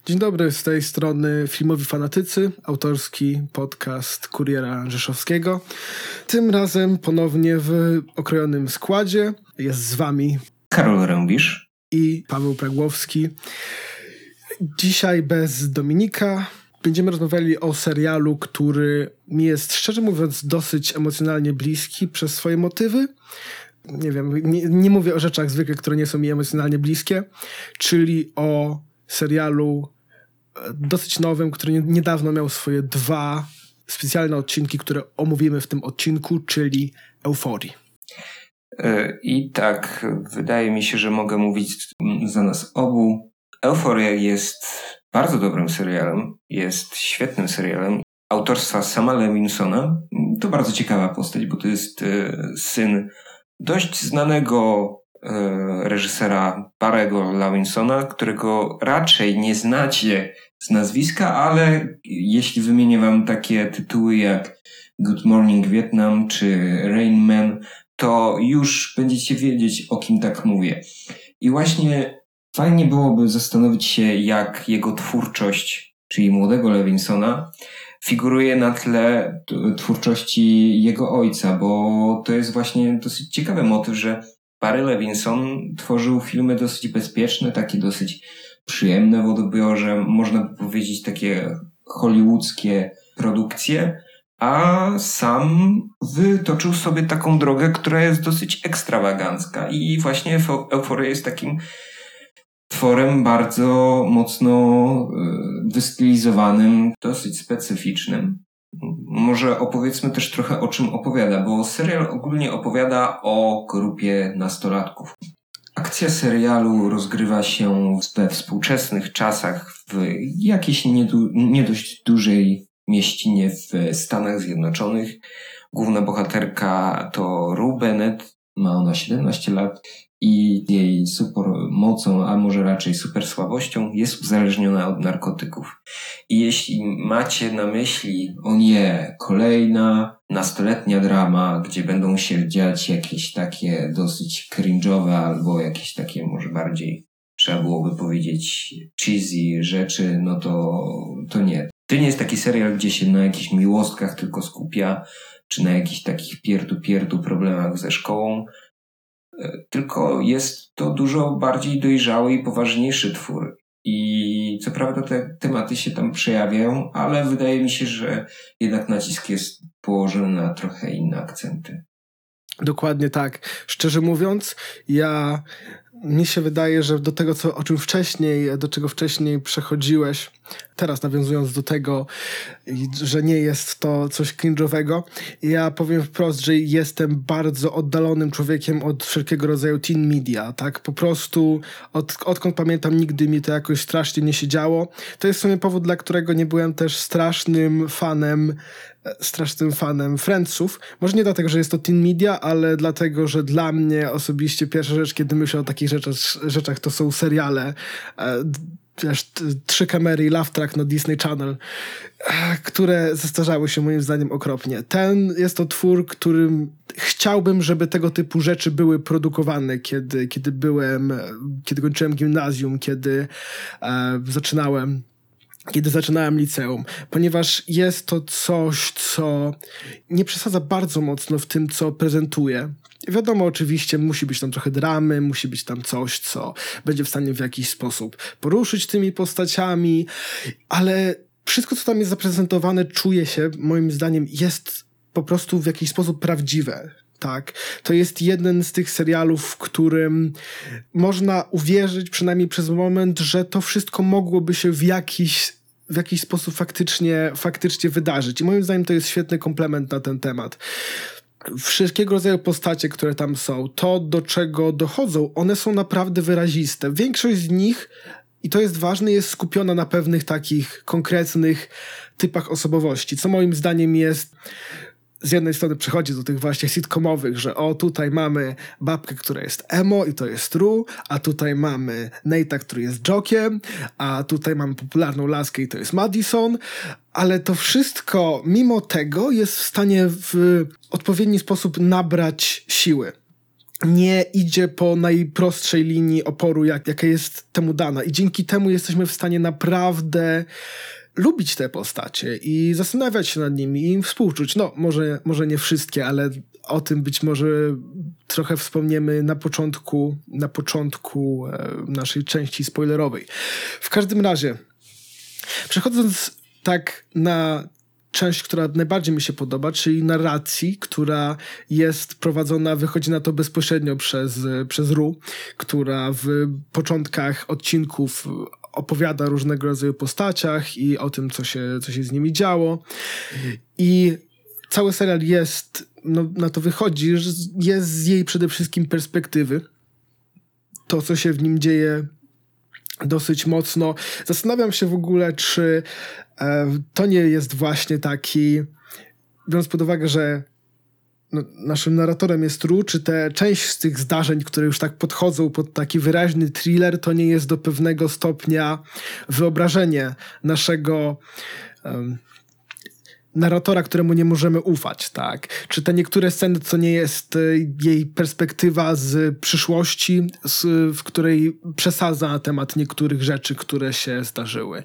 Dzień dobry, z tej strony Filmowi Fanatycy, autorski podcast Kuriera Rzeszowskiego. Tym razem ponownie w okrojonym składzie. Jest z wami Karol Rębisz i Paweł Pragłowski. Dzisiaj bez Dominika. Będziemy rozmawiali o serialu, który mi jest, szczerze mówiąc, dosyć emocjonalnie bliski przez swoje motywy. Nie wiem, nie mówię o rzeczach zwykle, które nie są mi emocjonalnie bliskie, czyli o serialu dosyć nowym, który niedawno miał swoje 2 specjalne odcinki, które omówimy w tym odcinku, czyli Euforii. I tak, wydaje mi się, że mogę mówić za nas obu. Euforia jest bardzo dobrym serialem, jest świetnym serialem autorstwa Sama Lewinsona. To bardzo ciekawa postać, bo to jest syn dość znanego reżysera Barry'ego Lewinsona, którego raczej nie znacie z nazwiska, ale jeśli wymienię wam takie tytuły jak Good Morning Vietnam czy Rain Man, to już będziecie wiedzieć, o kim tak mówię. I właśnie fajnie byłoby zastanowić się, jak jego twórczość, czyli młodego Lewinsona, figuruje na tle twórczości jego ojca, bo to jest właśnie dosyć ciekawy motyw, że Barry Levinson tworzył filmy dosyć bezpieczne, takie dosyć przyjemne w odbiorze, można by powiedzieć takie hollywoodzkie produkcje, a sam wytoczył sobie taką drogę, która jest dosyć ekstrawagancka i właśnie Euphoria jest takim tworem bardzo mocno wystylizowanym, dosyć specyficznym. Może opowiedzmy też trochę, o czym opowiada, bo serial ogólnie opowiada o grupie nastolatków. Akcja serialu rozgrywa się we współczesnych czasach w jakiejś nie dość dużej mieścinie w Stanach Zjednoczonych. Główna bohaterka to Rue Bennett, ma ona 17 lat i jej super mocą, a może raczej super słabością jest uzależniona od narkotyków. I jeśli macie na myśli, o nie, kolejna nastoletnia drama, gdzie będą się dziać jakieś takie dosyć cringe'owe albo jakieś takie może bardziej, trzeba byłoby powiedzieć, cheesy rzeczy, no to nie. To nie jest taki serial, gdzie się na jakichś miłostkach tylko skupia, czy na jakichś takich pierdu problemach ze szkołą, tylko jest to dużo bardziej dojrzały i poważniejszy twór. I co prawda te tematy się tam przejawiają, ale wydaje mi się, że jednak nacisk jest położony na trochę inne akcenty. Dokładnie tak. Szczerze mówiąc, mi się wydaje, że do tego, do czego wcześniej przechodziłeś, teraz nawiązując do tego, że nie jest to coś cringe'owego, ja powiem wprost, że jestem bardzo oddalonym człowiekiem od wszelkiego rodzaju teen media, tak? Po prostu odkąd pamiętam, nigdy mi to jakoś strasznie nie się działo. To jest w sumie powód, dla którego nie byłem też strasznym fanem Friendsów. Może nie dlatego, że jest to teen media, ale dlatego, że dla mnie osobiście pierwsza rzecz, kiedy myślę o takich rzeczach, to są seriale. Wiesz, 3 kamery i Love Track na Disney Channel, które zestarzały się moim zdaniem okropnie. Jest to twór, którym chciałbym, żeby tego typu rzeczy były produkowane, kiedy kończyłem gimnazjum, kiedy zaczynałem liceum, ponieważ jest to coś, co nie przesadza bardzo mocno w tym, co prezentuje. Wiadomo, oczywiście musi być tam trochę dramy, musi być tam coś, co będzie w stanie w jakiś sposób poruszyć tymi postaciami, ale wszystko, co tam jest zaprezentowane, czuje się, moim zdaniem, jest po prostu w jakiś sposób prawdziwe. Tak, to jest jeden z tych serialów, w którym można uwierzyć, przynajmniej przez moment, że to wszystko mogłoby się w jakiś sposób faktycznie wydarzyć. I moim zdaniem to jest świetny komplement na ten temat. Wszelkiego rodzaju postacie, które tam są, to do czego dochodzą, one są naprawdę wyraziste. Większość z nich, i to jest ważne, jest skupiona na pewnych takich konkretnych typach osobowości, co moim zdaniem jest... Z jednej strony przychodzi do tych właśnie sitcomowych, że tutaj mamy babkę, która jest emo i to jest Rue, a tutaj mamy Nate'a, który jest jockiem, a tutaj mamy popularną laskę i to jest Madison, ale to wszystko mimo tego jest w stanie w odpowiedni sposób nabrać siły. nie idzie po najprostszej linii oporu, jaka jest temu dana. I dzięki temu jesteśmy w stanie naprawdę lubić te postacie i zastanawiać się nad nimi i im współczuć. No, może nie wszystkie, ale o tym być może trochę wspomniemy na początku naszej części spoilerowej. W każdym razie, przechodząc tak na część, która najbardziej mi się podoba, czyli narracji, która jest prowadzona, wychodzi na to bezpośrednio przez Ru, która w początkach odcinków opowiada różnego rodzaju postaciach i o tym, co się z nimi działo. I cały serial jest, na to wychodzi, że jest z jej przede wszystkim perspektywy. To, co się w nim dzieje dosyć mocno. Zastanawiam się w ogóle, czy to nie jest właśnie taki, biorąc pod uwagę, że naszym narratorem jest Ru, czy część z tych zdarzeń, które już tak podchodzą pod taki wyraźny thriller, to nie jest do pewnego stopnia wyobrażenie naszego narratora, któremu nie możemy ufać, tak? Czy te niektóre sceny to nie jest jej perspektywa z przyszłości, w której przesadza na temat niektórych rzeczy, które się zdarzyły.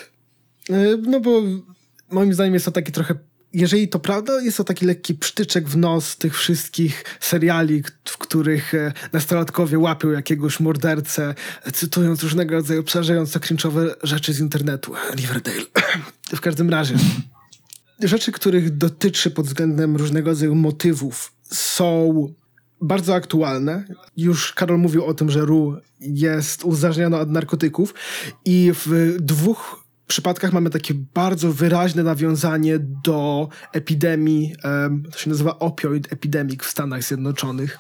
No bo moim zdaniem jest to taki trochę, jeżeli to prawda, jest to taki lekki psztyczek w nos tych wszystkich seriali, w których nastolatkowie łapią jakiegoś mordercę, cytując różnego rodzaju przerażająco cringe'owe rzeczy z internetu. Riverdale. W każdym razie. Rzeczy, których dotyczy pod względem różnego rodzaju motywów, są bardzo aktualne. Już Karol mówił o tym, że Ru jest uzależniona od narkotyków i w 2 przypadkach mamy takie bardzo wyraźne nawiązanie do epidemii, to się nazywa opioid epidemic w Stanach Zjednoczonych,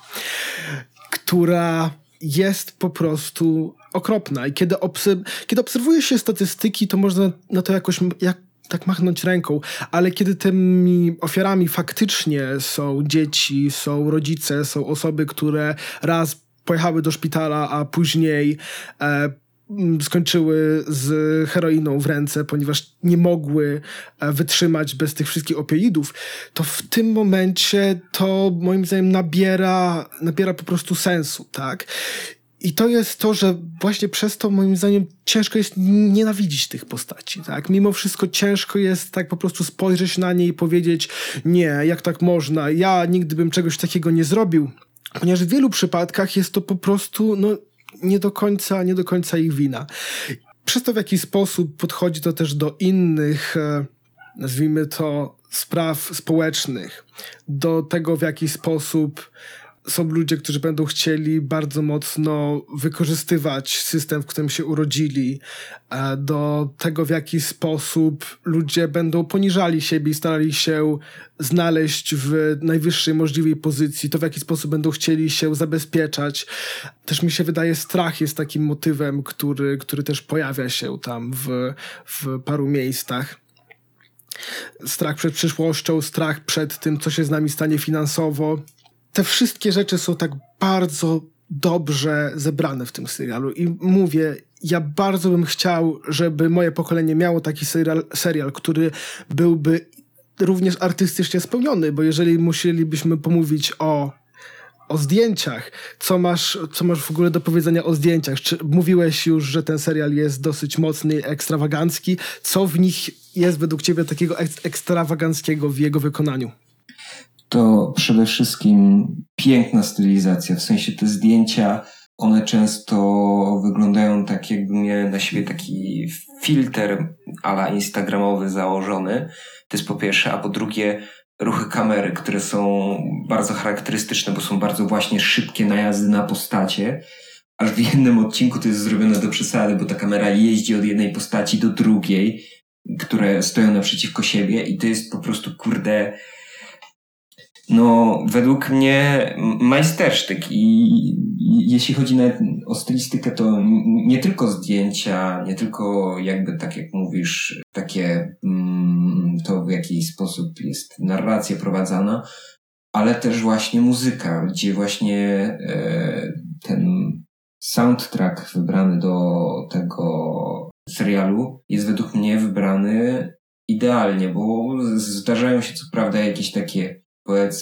która jest po prostu okropna. I kiedy obserwuje się statystyki, to można na to jakoś tak machnąć ręką, ale kiedy tymi ofiarami faktycznie są dzieci, są rodzice, są osoby, które raz pojechały do szpitala, a później skończyły z heroiną w ręce, ponieważ nie mogły wytrzymać bez tych wszystkich opioidów, to w tym momencie to moim zdaniem nabiera po prostu sensu, tak? I to jest to, że właśnie przez to moim zdaniem ciężko jest nienawidzić tych postaci, tak? Mimo wszystko ciężko jest tak po prostu spojrzeć na nie i powiedzieć nie, jak tak można, ja nigdy bym czegoś takiego nie zrobił, ponieważ w wielu przypadkach jest to po prostu nie do końca ich wina. Przez to, w jaki sposób podchodzi to też do innych, nazwijmy to, spraw społecznych, do tego, w jaki sposób są ludzie, którzy będą chcieli bardzo mocno wykorzystywać system, w którym się urodzili, do tego, w jaki sposób ludzie będą poniżali siebie i starali się znaleźć w najwyższej możliwej pozycji, to w jaki sposób będą chcieli się zabezpieczać. Też mi się wydaje, strach jest takim motywem, który też pojawia się tam w paru miejscach. Strach przed przyszłością, strach przed tym, co się z nami stanie finansowo. Te wszystkie rzeczy są tak bardzo dobrze zebrane w tym serialu i mówię, ja bardzo bym chciał, żeby moje pokolenie miało taki serial, który byłby również artystycznie spełniony, bo jeżeli musielibyśmy pomówić o zdjęciach, co masz w ogóle do powiedzenia o zdjęciach? Czy mówiłeś już, że ten serial jest dosyć mocny, ekstrawagancki? Co w nich jest według ciebie takiego ekstrawaganckiego w jego wykonaniu? To przede wszystkim piękna stylizacja, w sensie te zdjęcia, one często wyglądają tak, jakby miały na siebie taki filtr a la instagramowy założony. To jest po pierwsze, a po drugie ruchy kamery, które są bardzo charakterystyczne, bo są bardzo właśnie szybkie najazdy na postacie. Aż w jednym odcinku to jest zrobione do przesady, bo ta kamera jeździ od jednej postaci do drugiej, które stoją naprzeciwko siebie i to jest po prostu, kurde, według mnie majstersztyk i jeśli chodzi nawet o stylistykę, to nie tylko zdjęcia, nie tylko jakby tak jak mówisz, takie to w jaki sposób jest narracja prowadzana, ale też właśnie muzyka, gdzie właśnie ten soundtrack wybrany do tego serialu jest według mnie wybrany idealnie, bo zdarzają się co prawda jakieś takie, powiedzmy,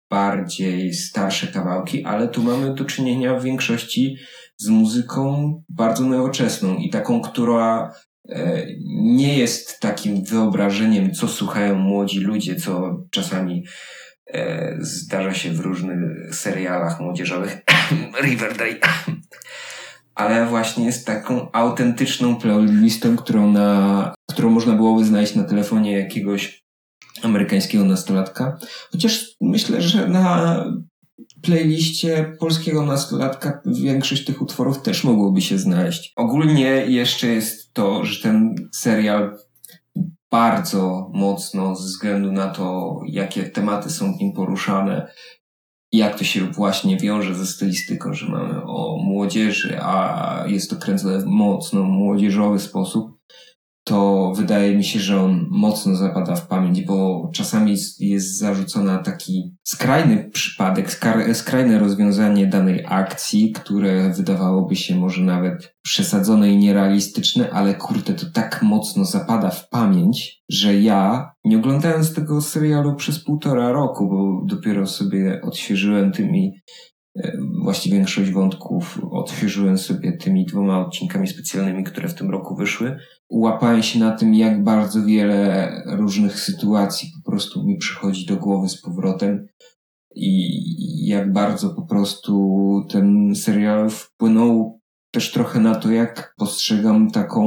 bardziej starsze kawałki, ale tu mamy do czynienia w większości z muzyką bardzo nowoczesną i taką, która nie jest takim wyobrażeniem, co słuchają młodzi ludzie, co czasami zdarza się w różnych serialach młodzieżowych Riverdale, ale właśnie jest taką autentyczną playlistą, którą można byłoby znaleźć na telefonie jakiegoś amerykańskiego nastolatka. Chociaż myślę, że na playliście polskiego nastolatka większość tych utworów też mogłoby się znaleźć. Ogólnie jeszcze jest to, że ten serial bardzo mocno ze względu na to, jakie tematy są w nim poruszane, jak to się właśnie wiąże ze stylistyką, że mamy o młodzieży, a jest to kręcone w mocno młodzieżowy sposób, to wydaje mi się, że on mocno zapada w pamięć, bo czasami jest zarzucona taki skrajny przypadek, skrajne rozwiązanie danej akcji, które wydawałoby się może nawet przesadzone i nierealistyczne, ale kurde, to tak mocno zapada w pamięć, że ja, nie oglądając tego serialu przez 1,5 roku, bo dopiero sobie odświeżyłem właściwie większość wątków odświeżyłem sobie tymi 2 odcinkami specjalnymi, które w tym roku wyszły. Łapałem się na tym, jak bardzo wiele różnych sytuacji po prostu mi przychodzi do głowy z powrotem i jak bardzo po prostu ten serial wpłynął też trochę na to, jak postrzegam taką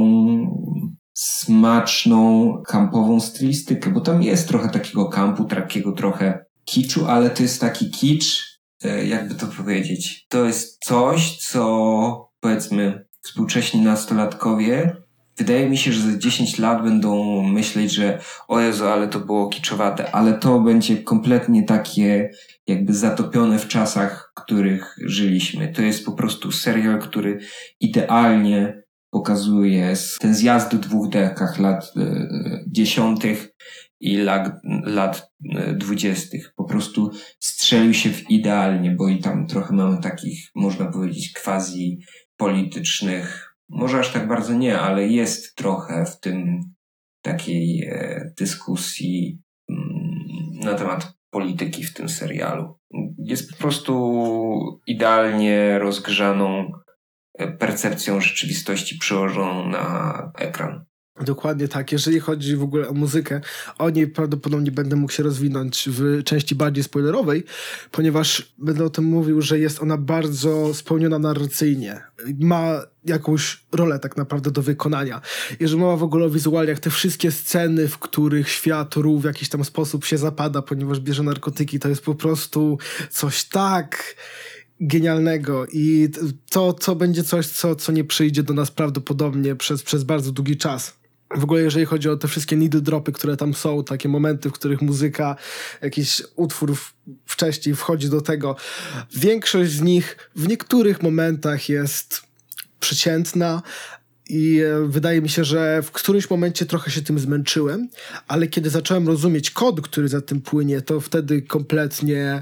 smaczną, kampową stylistykę, bo tam jest trochę takiego kampu, takiego trochę kiczu, ale to jest taki kicz, jakby to powiedzieć, to jest coś, co powiedzmy współcześni nastolatkowie, wydaje mi się, że za 10 lat będą myśleć, że o Jezu, ale to było kiczowate, ale to będzie kompletnie takie jakby zatopione w czasach, w których żyliśmy. To jest po prostu serial, który idealnie pokazuje ten zjazd w 2 dekach lat 10. i lat 20. Po prostu strzelił się w idealnie, bo i tam trochę mamy takich, można powiedzieć, quasi politycznych, może aż tak bardzo nie, ale jest trochę w tym takiej dyskusji na temat polityki w tym serialu. Jest po prostu idealnie rozgrzaną percepcją rzeczywistości przełożoną na ekran. Dokładnie tak. Jeżeli chodzi w ogóle o muzykę, o niej prawdopodobnie będę mógł się rozwinąć w części bardziej spoilerowej, ponieważ będę o tym mówił, że jest ona bardzo spełniona narracyjnie. Ma jakąś rolę tak naprawdę do wykonania. Jeżeli mowa w ogóle o wizualiach, te wszystkie sceny, w których świat Ru w jakiś tam sposób się zapada, ponieważ bierze narkotyki, to jest po prostu coś tak genialnego i to będzie coś, co nie przyjdzie do nas prawdopodobnie przez bardzo długi czas. W ogóle jeżeli chodzi o te wszystkie needle dropy, które tam są, takie momenty, w których muzyka, jakiś utwór wcześniej wchodzi do tego, większość z nich w niektórych momentach jest przeciętna i wydaje mi się, że w którymś momencie trochę się tym zmęczyłem, ale kiedy zacząłem rozumieć kod, który za tym płynie, to wtedy kompletnie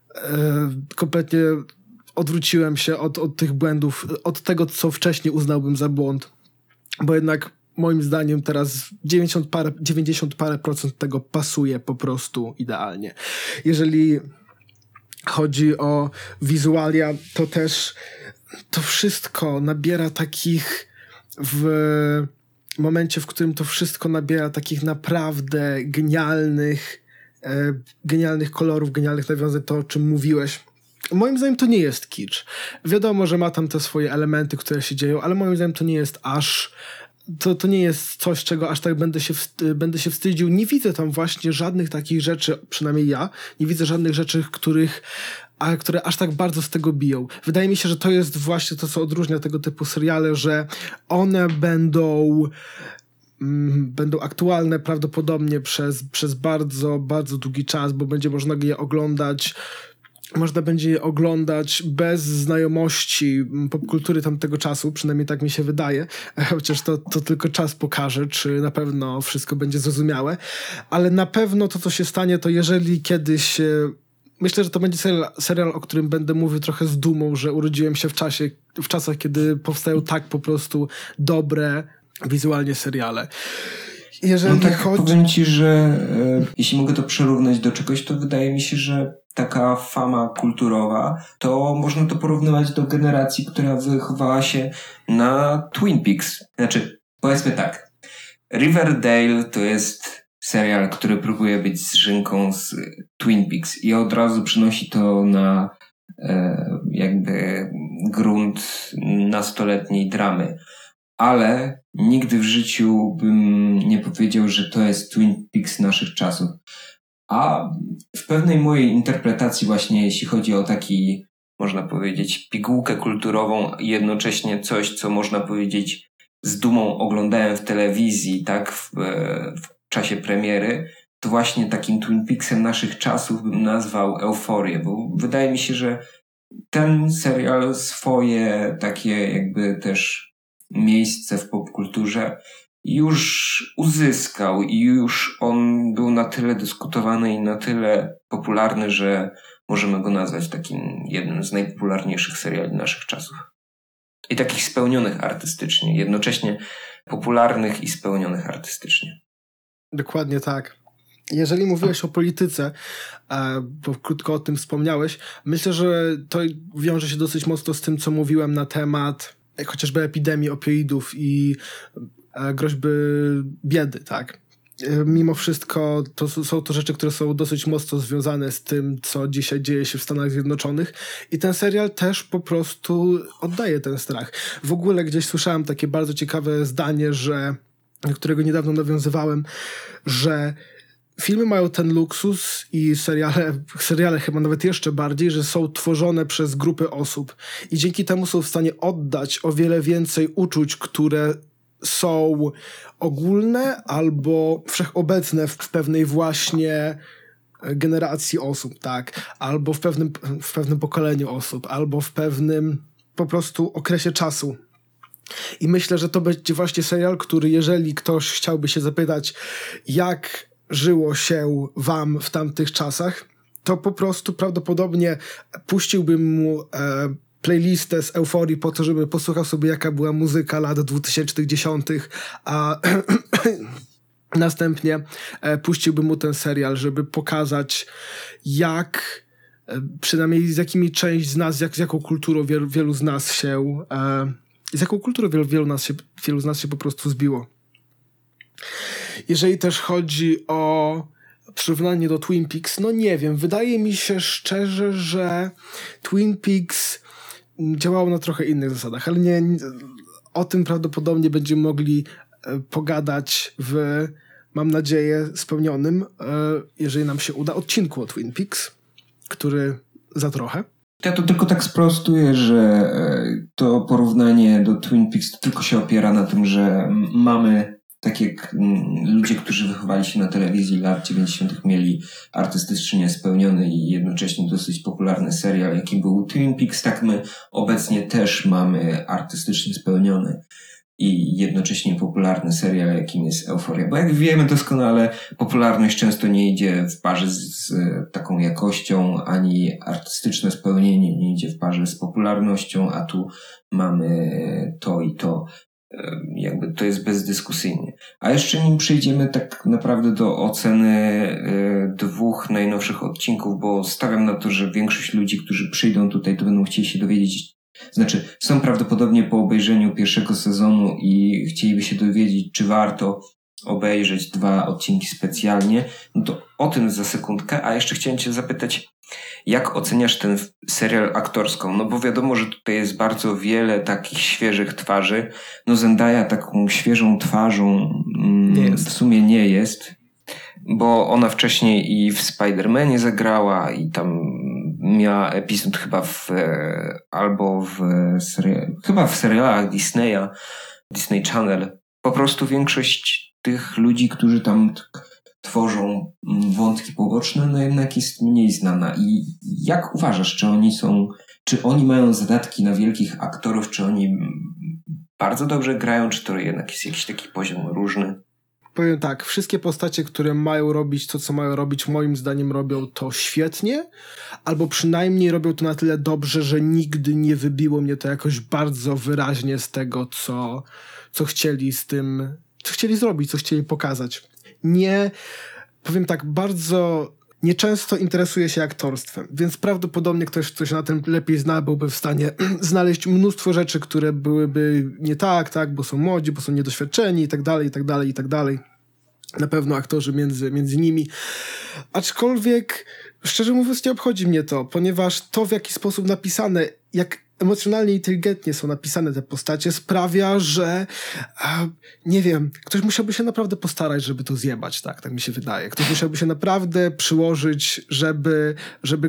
odwróciłem się od tych błędów, od tego, co wcześniej uznałbym za błąd. Bo jednak moim zdaniem teraz 90 parę procent tego pasuje po prostu idealnie. Jeżeli chodzi o wizualia, to też to wszystko nabiera takich w momencie, w którym to wszystko nabiera takich naprawdę genialnych kolorów, genialnych nawiązań, to o czym mówiłeś. Moim zdaniem to nie jest kicz. Wiadomo, że ma tam te swoje elementy, które się dzieją, ale moim zdaniem to nie jest to nie jest coś, czego aż tak będę się wstydził. Nie widzę tam właśnie żadnych takich rzeczy, przynajmniej ja, nie widzę żadnych rzeczy, które aż tak bardzo z tego biją. Wydaje mi się, że to jest właśnie to, co odróżnia tego typu seriale, że one będą aktualne prawdopodobnie przez bardzo, bardzo długi czas, bo będzie można je oglądać. Można będzie je oglądać bez znajomości popkultury tamtego czasu, przynajmniej tak mi się wydaje, chociaż to tylko czas pokaże, czy na pewno wszystko będzie zrozumiałe, ale na pewno to, co się stanie, to jeżeli kiedyś... Myślę, że to będzie serial, o którym będę mówił trochę z dumą, że urodziłem się w czasach, kiedy powstają tak po prostu dobre wizualnie seriale. Powiem ci, że jeśli mogę to przerównać do czegoś, to wydaje mi się, że taka fama kulturowa, to można to porównywać do generacji, która wychowała się na Twin Peaks. Znaczy, powiedzmy tak, Riverdale to jest serial, który próbuje być zżynką z Twin Peaks i od razu przynosi to na jakby grunt nastoletniej dramy. Ale nigdy w życiu bym nie powiedział, że to jest Twin Peaks naszych czasów. A w pewnej mojej interpretacji właśnie, jeśli chodzi o taki, można powiedzieć, pigułkę kulturową i jednocześnie coś, co można powiedzieć z dumą oglądałem w telewizji, tak, w czasie premiery, to właśnie takim Twin Peaksem naszych czasów bym nazwał Euforię, bo wydaje mi się, że ten serial swoje takie jakby też miejsce w popkulturze już uzyskał i już on był na tyle dyskutowany i na tyle popularny, że możemy go nazwać takim jednym z najpopularniejszych seriali naszych czasów. I takich spełnionych artystycznie, jednocześnie popularnych i spełnionych artystycznie. Dokładnie tak. Jeżeli mówiłeś o polityce, bo krótko o tym wspomniałeś, myślę, że to wiąże się dosyć mocno z tym, co mówiłem na temat chociażby epidemii opioidów i groźby biedy, tak. Mimo wszystko to są to rzeczy, które są dosyć mocno związane z tym, co dzisiaj dzieje się w Stanach Zjednoczonych i ten serial też po prostu oddaje ten strach. W ogóle gdzieś słyszałem takie bardzo ciekawe zdanie, do którego niedawno nawiązywałem, że filmy mają ten luksus i seriale chyba nawet jeszcze bardziej, że są tworzone przez grupy osób i dzięki temu są w stanie oddać o wiele więcej uczuć, które są ogólne albo wszechobecne w pewnej właśnie generacji osób, tak? Albo w pewnym pokoleniu osób, albo w pewnym po prostu okresie czasu. I myślę, że to będzie właśnie serial, który jeżeli ktoś chciałby się zapytać, jak żyło się wam w tamtych czasach, to po prostu prawdopodobnie puściłbym mu playlistę z Euforii po to, żeby posłuchał sobie, jaka była muzyka lat 2010, a następnie puściłbym mu ten serial, żeby pokazać, jak przynajmniej z jakimi część z nas, z jaką kulturą wielu z nas się z jaką kulturą wielu z nas się po prostu zbiło. Jeżeli też chodzi o przyrównanie do Twin Peaks, no nie wiem, wydaje mi się szczerze, że Twin Peaks działało na trochę innych zasadach, ale nie, o tym prawdopodobnie będziemy mogli pogadać w, mam nadzieję, spełnionym, jeżeli nam się uda, odcinku o Twin Peaks, który za trochę. Ja to tylko tak sprostuję, że to porównanie do Twin Peaks to tylko się opiera na tym, że mamy, tak jak ludzie, którzy wychowali się na telewizji lat 90. mieli artystycznie spełniony i jednocześnie dosyć popularny serial, jakim był Twin Peaks, tak my obecnie też mamy artystycznie spełniony i jednocześnie popularny serial, jakim jest Euforia. Bo jak wiemy doskonale, popularność często nie idzie w parze z taką jakością, ani artystyczne spełnienie nie idzie w parze z popularnością, a tu mamy to i to. Jakby to jest bezdyskusyjnie. A jeszcze nim przejdziemy tak naprawdę do oceny dwóch najnowszych odcinków, bo stawiam na to, że większość ludzi, którzy przyjdą tutaj, to będą chcieli się dowiedzieć, znaczy są prawdopodobnie po obejrzeniu pierwszego sezonu i chcieliby się dowiedzieć, czy warto obejrzeć 2 odcinki specjalnie, no to o tym za sekundkę, a jeszcze chciałem cię zapytać, jak oceniasz ten serial aktorską? No bo wiadomo, że tutaj jest bardzo wiele takich świeżych twarzy. No Zendaya taką świeżą twarzą w sumie nie jest, bo ona wcześniej i w Spider-Manie zagrała i tam miała epizod chyba chyba w serialach Disneya, Disney Channel. Po prostu większość tych ludzi, którzy tam tworzą wątki poboczne, no jednak jest mniej znana. I jak uważasz, czy oni mają zadatki na wielkich aktorów, czy oni bardzo dobrze grają, czy to jednak jest jakiś taki poziom różny? Powiem tak, wszystkie postacie, które mają robić to, co mają robić, moim zdaniem robią to świetnie, albo przynajmniej robią to na tyle dobrze, że nigdy nie wybiło mnie to jakoś bardzo wyraźnie z tego, co chcieli z tym, co chcieli zrobić, co chcieli pokazać. Nie, powiem tak, bardzo nieczęsto interesuje się aktorstwem, więc prawdopodobnie ktoś, kto się na tym lepiej zna, byłby w stanie znaleźć mnóstwo rzeczy, które byłyby nie tak, bo są młodzi, bo są niedoświadczeni i tak dalej. Na pewno aktorzy między nimi. Aczkolwiek, szczerze mówiąc, nie obchodzi mnie to, ponieważ to, w jaki sposób napisane, jak emocjonalnie inteligentnie są napisane te postacie, sprawia, że nie wiem, ktoś musiałby się naprawdę postarać, żeby to zjebać, tak mi się wydaje. Ktoś musiałby się naprawdę przyłożyć, żeby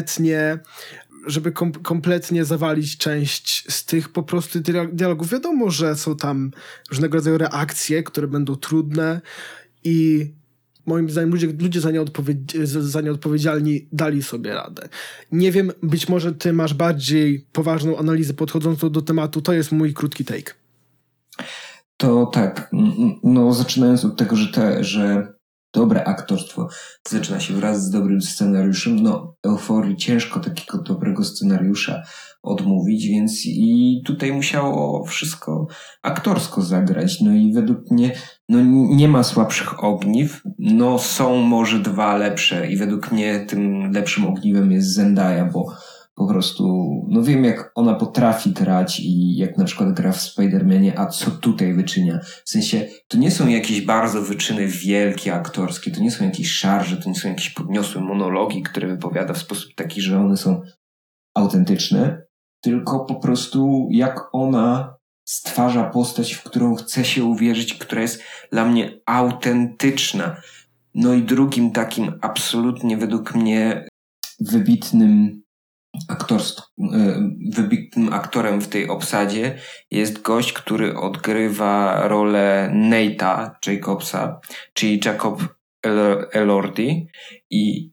kompletnie zawalić część z tych po prostu dialogów. Wiadomo, że są tam różnego rodzaju reakcje, które będą trudne i moim zdaniem ludzie za nie odpowiedzialni dali sobie radę. Nie wiem, być może ty masz bardziej poważną analizę podchodzącą do tematu. To jest mój krótki take. To tak, zaczynając od tego, że dobre aktorstwo zaczyna się wraz z dobrym scenariuszem. Euforii ciężko takiego dobrego scenariusza odmówić, więc i tutaj musiało wszystko aktorsko zagrać. I według mnie nie ma słabszych ogniw. Są może dwa lepsze i według mnie tym lepszym ogniwem jest Zendaya, bo po prostu, wiem jak ona potrafi grać i jak na przykład gra w Spider-Manie, a co tutaj wyczynia. W sensie, to nie są jakieś bardzo wyczyny wielkie aktorskie, to nie są jakieś szarże, to nie są jakieś podniosłe monologi, które wypowiada w sposób taki, że one są autentyczne, tylko po prostu jak ona stwarza postać, w którą chce się uwierzyć, która jest dla mnie autentyczna. I drugim takim absolutnie według mnie wybitnym aktorem w tej obsadzie jest gość, który odgrywa rolę Nate'a Jacobsa, czyli Jacob Elordi i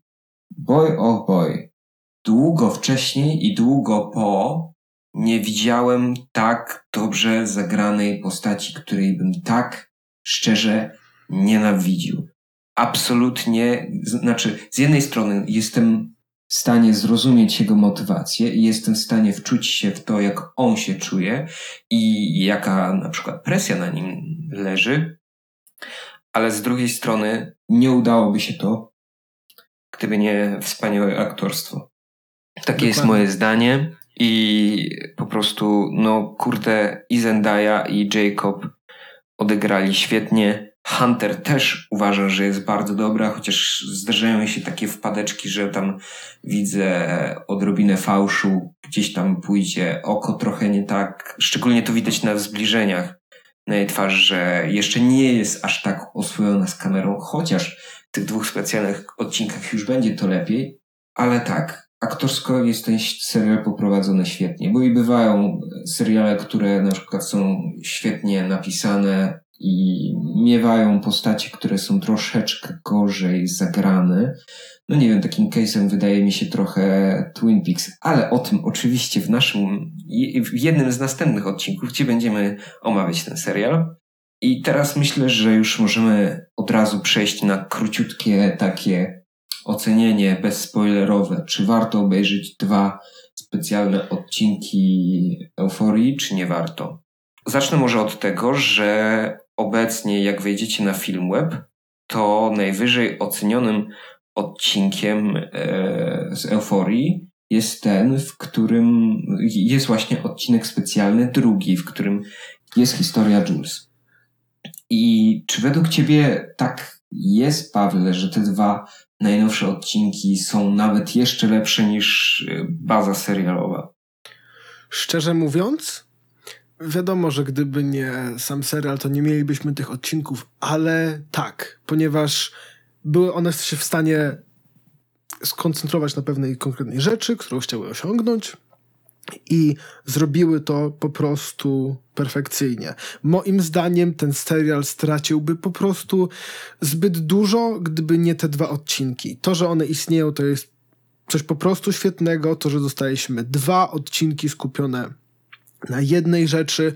boy, długo wcześniej i długo po nie widziałem tak dobrze zagranej postaci, której bym tak szczerze nienawidził. Absolutnie, z jednej strony jestem w stanie zrozumieć jego motywację i jestem w stanie wczuć się w to, jak on się czuje i jaka na przykład presja na nim leży, ale z drugiej strony nie udałoby się to, gdyby nie wspaniałe aktorstwo. Takie jest moje zdanie i po prostu, i Zendaya i Jacob odegrali świetnie. Hunter też uważam, że jest bardzo dobra, chociaż zdarzają mi się takie wpadeczki, że tam widzę odrobinę fałszu, gdzieś tam pójdzie oko trochę nie tak, szczególnie to widać na zbliżeniach na jej twarz, że jeszcze nie jest aż tak oswojona z kamerą, chociaż w tych dwóch specjalnych odcinkach już będzie to lepiej, ale tak, aktorsko jest ten serial poprowadzony świetnie, bo i bywają seriale, które na przykład są świetnie napisane i miewają postacie, które są troszeczkę gorzej zagrane. Nie wiem, takim case'em wydaje mi się trochę Twin Peaks, ale o tym oczywiście w jednym z następnych odcinków, gdzie będziemy omawiać ten serial. I teraz myślę, że już możemy od razu przejść na króciutkie takie ocenienie bezspoilerowe. Czy warto obejrzeć 2 specjalne odcinki Euforii, czy nie warto? Zacznę może od tego, że obecnie jak wejdziecie na Filmweb, to najwyżej ocenionym odcinkiem z Euforii jest ten, w którym jest właśnie odcinek specjalny, drugi, w którym jest historia Jules. I czy według ciebie tak jest, Pawle, że te 2 najnowsze odcinki są nawet jeszcze lepsze niż baza serialowa? Szczerze mówiąc, wiadomo, że gdyby nie sam serial, to nie mielibyśmy tych odcinków, ale tak, ponieważ były one się w stanie skoncentrować na pewnej konkretnej rzeczy, którą chciały osiągnąć i zrobiły to po prostu perfekcyjnie. Moim zdaniem ten serial straciłby po prostu zbyt dużo, gdyby nie te 2 odcinki. To, że one istnieją, to jest coś po prostu świetnego, to, że dostaliśmy 2 odcinki skupione na jednej rzeczy,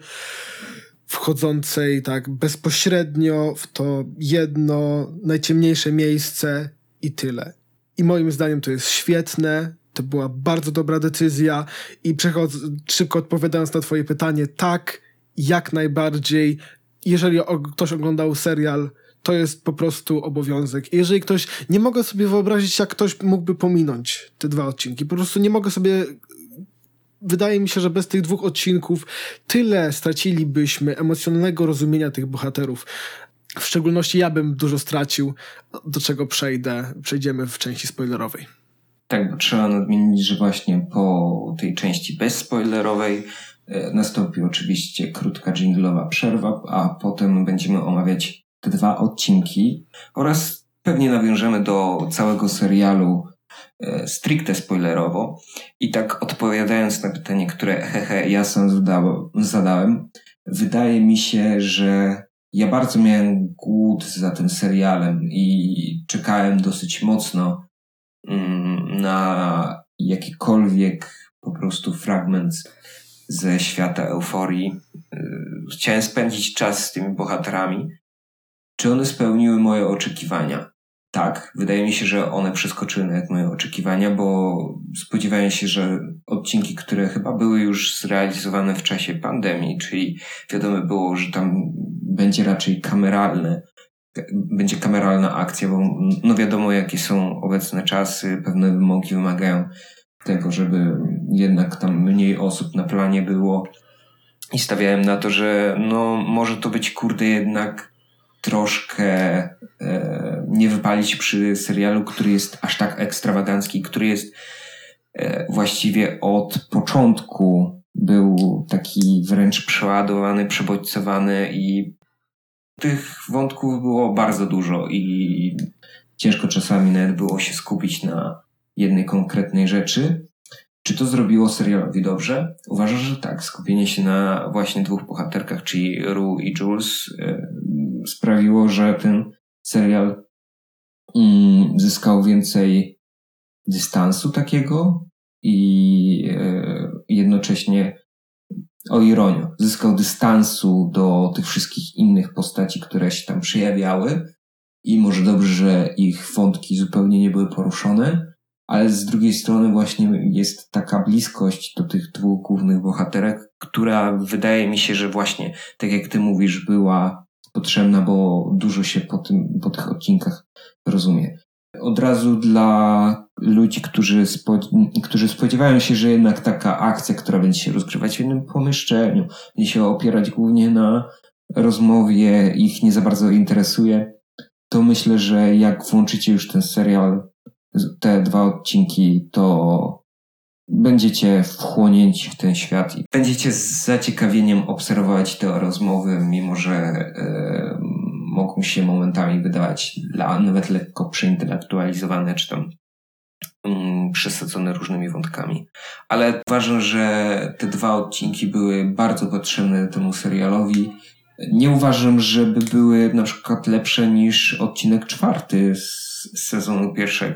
wchodzącej tak bezpośrednio w to jedno najciemniejsze miejsce i tyle. I moim zdaniem to jest świetne, to była bardzo dobra decyzja i szybko odpowiadając na twoje pytanie, tak, jak najbardziej. Jeżeli ktoś oglądał serial, To jest po prostu obowiązek. I jeżeli ktoś... Nie mogę sobie wyobrazić, jak ktoś mógłby pominąć te 2 odcinki. Po prostu nie mogę sobie... Wydaje mi się, że bez tych 2 odcinków tyle stracilibyśmy emocjonalnego rozumienia tych bohaterów. W szczególności ja bym dużo stracił, do czego przejdziemy w części spoilerowej. Tak, bo trzeba nadmienić, że właśnie po tej części bezspoilerowej nastąpi oczywiście krótka dżinglowa przerwa, a potem będziemy omawiać te 2 odcinki oraz pewnie nawiążemy do całego serialu stricte spoilerowo. I tak odpowiadając na pytanie, które ja sam zadałem, wydaje mi się, że ja bardzo miałem głód za tym serialem i czekałem dosyć mocno na jakikolwiek po prostu fragment ze świata Euforii. Chciałem spędzić czas z tymi bohaterami. Czy one spełniły moje oczekiwania? Tak, wydaje mi się, że one przeskoczyły nawet moje oczekiwania, bo spodziewałem się, że odcinki, które chyba były już zrealizowane w czasie pandemii, czyli wiadomo było, że tam będzie raczej będzie kameralna akcja, bo no wiadomo, jakie są obecne czasy, pewne wymogi wymagają tego, żeby jednak tam mniej osób na planie było i stawiałem na to, że no może to być jednak troszkę nie wypalić przy serialu, który jest aż tak ekstrawagancki, który jest właściwie od początku był taki wręcz przeładowany, przebodźcowany i tych wątków było bardzo dużo i ciężko czasami nawet było się skupić na jednej konkretnej rzeczy. Czy to zrobiło serialowi dobrze? Uważam, że tak. Skupienie się na właśnie 2 bohaterkach, czyli Rue i Jules, sprawiło, że ten serial zyskał więcej dystansu takiego i jednocześnie, o ironio, zyskał dystansu do tych wszystkich innych postaci, które się tam przejawiały i może dobrze, że ich wątki zupełnie nie były poruszone, ale z drugiej strony właśnie jest taka bliskość do tych 2 głównych bohaterek, która wydaje mi się, że właśnie, tak jak ty mówisz, była potrzebna, bo dużo się po tych odcinkach rozumie. Od razu dla ludzi, którzy spodziewają się, że jednak taka akcja, która będzie się rozgrywać w jednym pomieszczeniu, będzie się opierać głównie na rozmowie, ich nie za bardzo interesuje, to myślę, że jak włączycie już ten serial, te 2 odcinki, to będziecie wchłonięci w ten świat i będziecie z zaciekawieniem obserwować te rozmowy, mimo że mogą się momentami wydawać nawet lekko przeintelektualizowane, czy tam przesadzone różnymi wątkami. Ale uważam, że te 2 odcinki były bardzo potrzebne temu serialowi. Nie uważam, żeby były na przykład lepsze niż odcinek 4 z sezonu 1,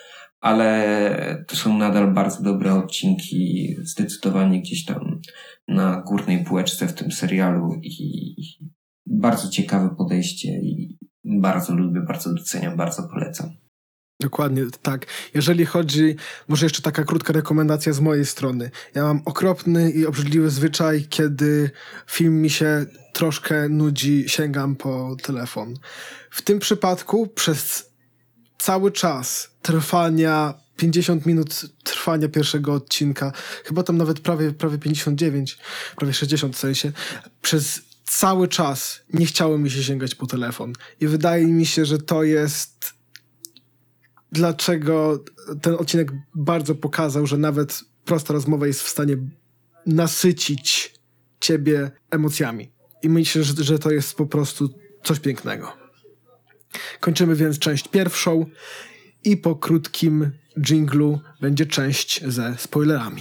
ale to są nadal bardzo dobre odcinki, zdecydowanie gdzieś tam na górnej półeczce w tym serialu i bardzo ciekawe podejście i bardzo lubię, bardzo doceniam, bardzo polecam. Dokładnie, tak. Jeżeli chodzi, może jeszcze taka krótka rekomendacja z mojej strony. Ja mam okropny i obrzydliwy zwyczaj, kiedy film mi się troszkę nudzi, sięgam po telefon. W tym przypadku przez cały czas trwania 50 minut trwania pierwszego odcinka, chyba tam nawet prawie 59, prawie 60 w sensie, przez cały czas nie chciało mi się sięgać po telefon. I wydaje mi się, że to jest dlaczego ten odcinek bardzo pokazał, że nawet prosta rozmowa jest w stanie nasycić ciebie emocjami. I myślę, że to jest po prostu coś pięknego. Kończymy więc część pierwszą i po krótkim dżinglu będzie część ze spoilerami.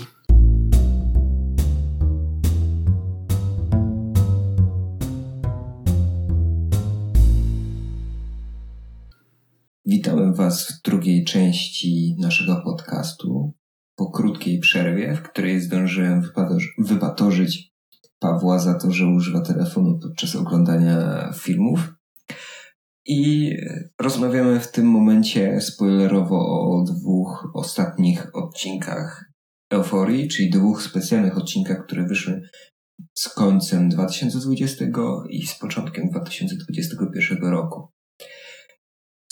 Witamy Was w drugiej części naszego podcastu. Po krótkiej przerwie, w której zdążyłem wybatorzyć Pawła za to, że używa telefonu podczas oglądania filmów. I rozmawiamy w tym momencie spoilerowo o 2 ostatnich odcinkach Euforii, czyli 2 specjalnych odcinkach, które wyszły z końcem 2020 i z początkiem 2021 roku.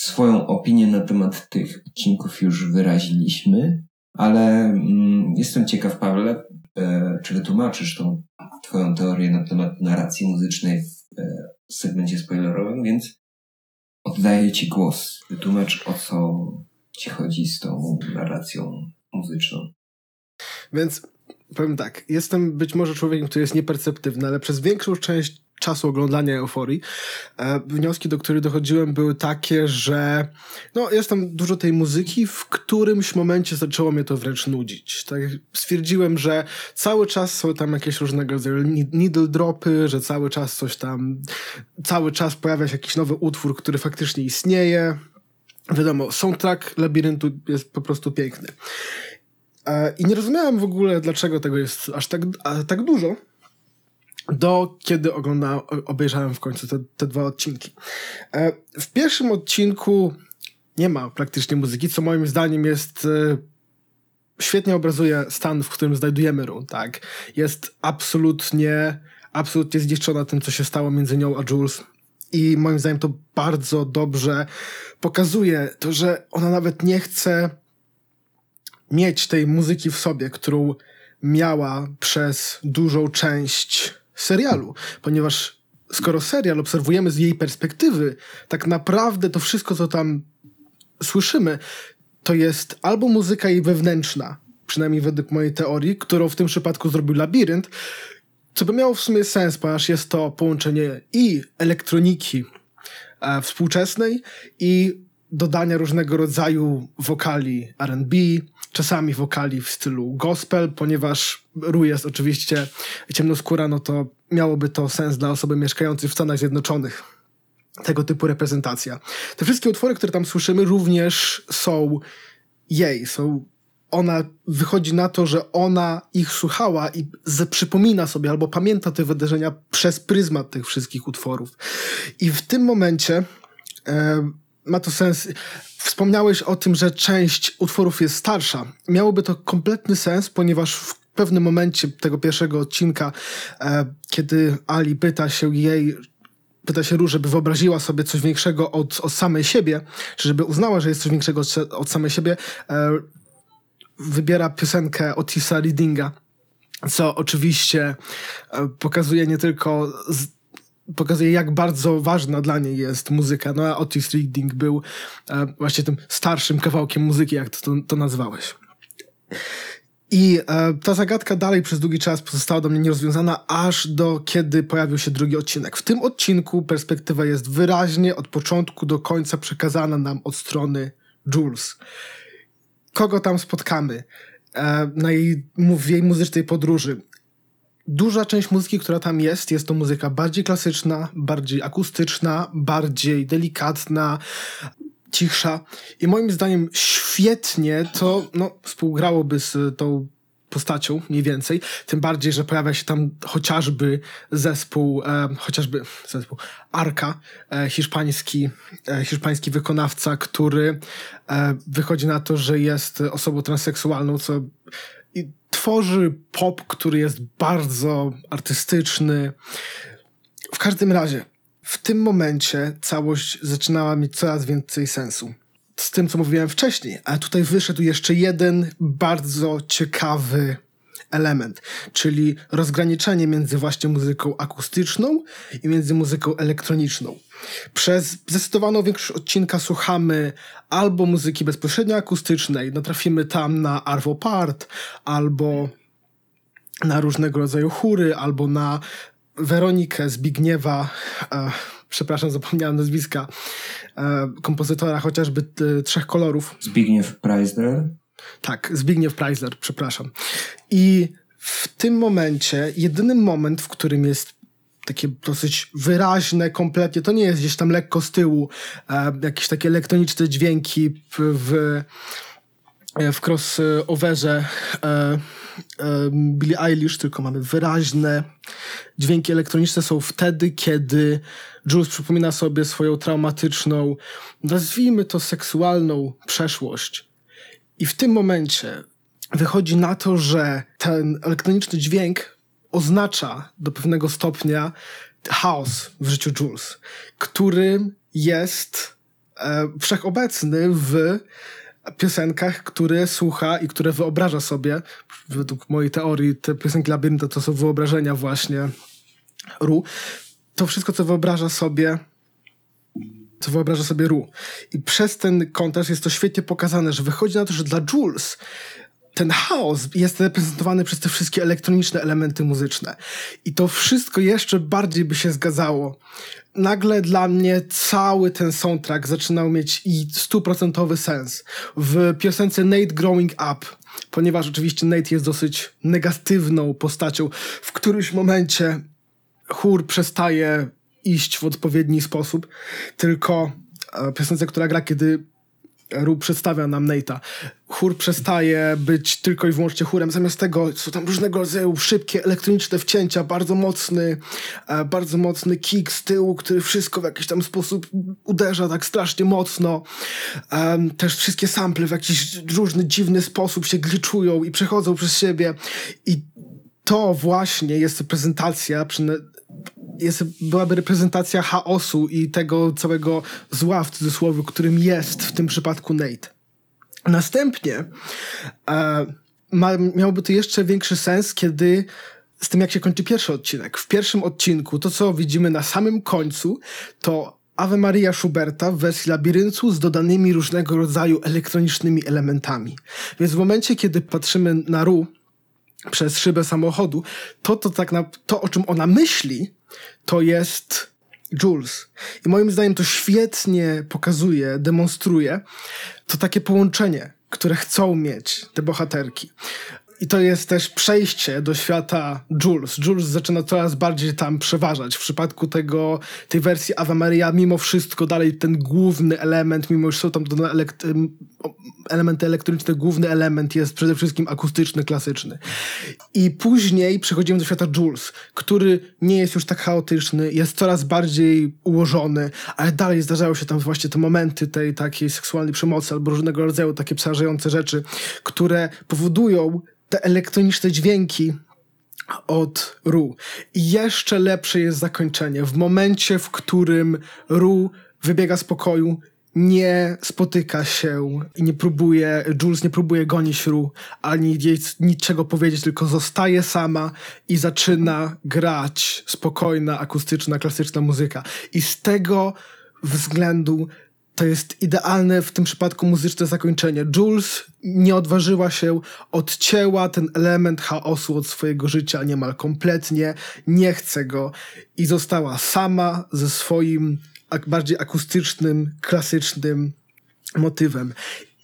swoją opinię na temat tych odcinków już wyraziliśmy, ale jestem ciekaw, Pawle, czy wytłumaczysz tą twoją teorię na temat narracji muzycznej w segmencie spoilerowym, więc oddaję ci głos. Wytłumacz, o co ci chodzi z tą narracją muzyczną. Więc powiem tak, jestem być może człowiekiem, który jest nieperceptywny, ale przez większą część czasu oglądania Euforii wnioski, do których dochodziłem, były takie, że jest tam dużo tej muzyki, w którymś momencie zaczęło mnie to wręcz nudzić. Tak, stwierdziłem, że cały czas są tam jakieś różnego rodzaju needle dropy, że cały czas pojawia się jakiś nowy utwór, który faktycznie istnieje. Wiadomo, soundtrack Labiryntu jest po prostu piękny. I nie rozumiałem w ogóle, dlaczego tego jest aż tak dużo, kiedy obejrzałem w końcu te 2 odcinki. W pierwszym odcinku nie ma praktycznie muzyki, co moim zdaniem świetnie obrazuje stan, w którym znajdujemy Rue, tak? Jest absolutnie zniszczona tym, co się stało między nią a Jules. I moim zdaniem to bardzo dobrze pokazuje to, że ona nawet nie chce mieć tej muzyki w sobie, którą miała przez dużą część serialu, ponieważ skoro serial obserwujemy z jej perspektywy, tak naprawdę to wszystko, co tam słyszymy, to jest albo muzyka jej wewnętrzna, przynajmniej według mojej teorii, którą w tym przypadku zrobił Labirynt, co by miało w sumie sens, ponieważ jest to połączenie i elektroniki współczesnej i dodania różnego rodzaju wokali R&B, czasami wokali w stylu gospel, ponieważ Rue jest oczywiście ciemnoskóra, no to miałoby to sens dla osoby mieszkającej w Stanach Zjednoczonych. Tego typu reprezentacja. Te wszystkie utwory, które tam słyszymy, również są jej. Ona wychodzi na to, że ona ich słuchała i przypomina sobie albo pamięta te wydarzenia przez pryzmat tych wszystkich utworów. I w tym momencie ma to sens. Wspomniałeś o tym, że część utworów jest starsza. Miałoby to kompletny sens, ponieważ w pewnym momencie tego pierwszego odcinka, kiedy Ali pyta się Rue, żeby wyobraziła sobie coś większego od samej siebie, czy żeby uznała, że jest coś większego od samej siebie, wybiera piosenkę Otisa Reddinga, co oczywiście pokazuje nie tylko pokazuje, jak bardzo ważna dla niej jest muzyka. No a Otis Redding był właśnie tym starszym kawałkiem muzyki, jak to nazwałeś. I ta zagadka dalej przez długi czas pozostała do mnie nierozwiązana, aż do kiedy pojawił się drugi odcinek. W tym odcinku perspektywa jest wyraźnie od początku do końca przekazana nam od strony Jules. Kogo tam spotkamy w jej muzycznej podróży? Duża część muzyki, która tam jest to muzyka bardziej klasyczna, bardziej akustyczna, bardziej delikatna, cichsza. I moim zdaniem świetnie to współgrałoby z tą postacią mniej więcej. Tym bardziej, że pojawia się tam chociażby zespół Arca, hiszpański wykonawca, który wychodzi na to, że jest osobą transseksualną, co i tworzy pop, który jest bardzo artystyczny. W każdym razie, w tym momencie całość zaczynała mieć coraz więcej sensu. Z tym, co mówiłem wcześniej, ale tutaj wyszedł jeszcze jeden bardzo ciekawy element, czyli rozgraniczenie między właśnie muzyką akustyczną i między muzyką elektroniczną. Przez zdecydowaną większość odcinka słuchamy albo muzyki bezpośrednio akustycznej, trafimy tam na Arvo Part, albo na różnego rodzaju chóry, albo na Weronikę Zbigniewa, przepraszam, zapomniałem nazwiska, kompozytora chociażby Trzech kolorów. Zbigniew Preisler? Tak, Zbigniew Preisler, przepraszam. I w tym momencie, jedyny moment, w którym jest takie dosyć wyraźne, kompletnie, to nie jest gdzieś tam lekko z tyłu, jakieś takie elektroniczne dźwięki w crossoverze Billie Eilish, tylko mamy wyraźne dźwięki elektroniczne są wtedy, kiedy Jules przypomina sobie swoją traumatyczną, nazwijmy to seksualną przeszłość. I w tym momencie wychodzi na to, że ten elektroniczny dźwięk oznacza do pewnego stopnia chaos w życiu Jules, którym jest wszechobecny w piosenkach, które słucha i które wyobraża sobie. Według mojej teorii te piosenki Labirynta to są wyobrażenia właśnie Ru. To wszystko, co wyobraża sobie Ru. I przez ten kontrast jest to świetnie pokazane, że wychodzi na to, że dla Jules ten chaos jest reprezentowany przez te wszystkie elektroniczne elementy muzyczne. I to wszystko jeszcze bardziej by się zgadzało. Nagle dla mnie cały ten soundtrack zaczynał mieć i 100% sens. W piosence Nate Growing Up, ponieważ oczywiście Nate jest dosyć negatywną postacią, w którymś momencie chór przestaje iść w odpowiedni sposób, tylko piosence, która gra, kiedy Ru przedstawia nam Nate'a. Chór przestaje być tylko i wyłącznie chórem. Zamiast tego są tam różnego rodzaju szybkie, elektroniczne wcięcia, bardzo mocny kick z tyłu, który wszystko w jakiś tam sposób uderza tak strasznie mocno. Też wszystkie sample w jakiś różny, dziwny sposób się gliczują i przechodzą przez siebie. I to właśnie jest prezentacja, byłaby reprezentacja chaosu i tego całego zła, w cudzysłowie, którym jest w tym przypadku Nate. Następnie miałoby to jeszcze większy sens, kiedy z tym, jak się kończy pierwszy odcinek. W pierwszym odcinku to, co widzimy na samym końcu, to Ave Maria Schuberta w wersji Labiryntu z dodanymi różnego rodzaju elektronicznymi elementami. Więc w momencie, kiedy patrzymy na Ru przez szybę samochodu, to o czym ona myśli, to jest Jules. I moim zdaniem to świetnie pokazuje, demonstruje to takie połączenie, które chcą mieć te bohaterki. I to jest też przejście do świata Jules. Jules zaczyna coraz bardziej tam przeważać. W przypadku tej wersji Ave Maria, mimo wszystko dalej ten główny element, mimo że są tam elementy elektroniczne, główny element jest przede wszystkim akustyczny, klasyczny. I później przechodzimy do świata Jules, który nie jest już tak chaotyczny, jest coraz bardziej ułożony, ale dalej zdarzają się tam właśnie te momenty tej takiej seksualnej przemocy albo różnego rodzaju takie przerażające rzeczy, które powodują te elektroniczne dźwięki od Ru. I jeszcze lepsze jest zakończenie. W momencie, w którym Ru wybiega z pokoju, nie spotyka się i Jules nie próbuje gonić Ru, ani jej niczego powiedzieć, tylko zostaje sama i zaczyna grać spokojna, akustyczna, klasyczna muzyka. I z tego względu to jest idealne w tym przypadku muzyczne zakończenie. Jules nie odważyła się, odcięła ten element chaosu od swojego życia niemal kompletnie, nie chce go i została sama ze swoim bardziej akustycznym, klasycznym motywem.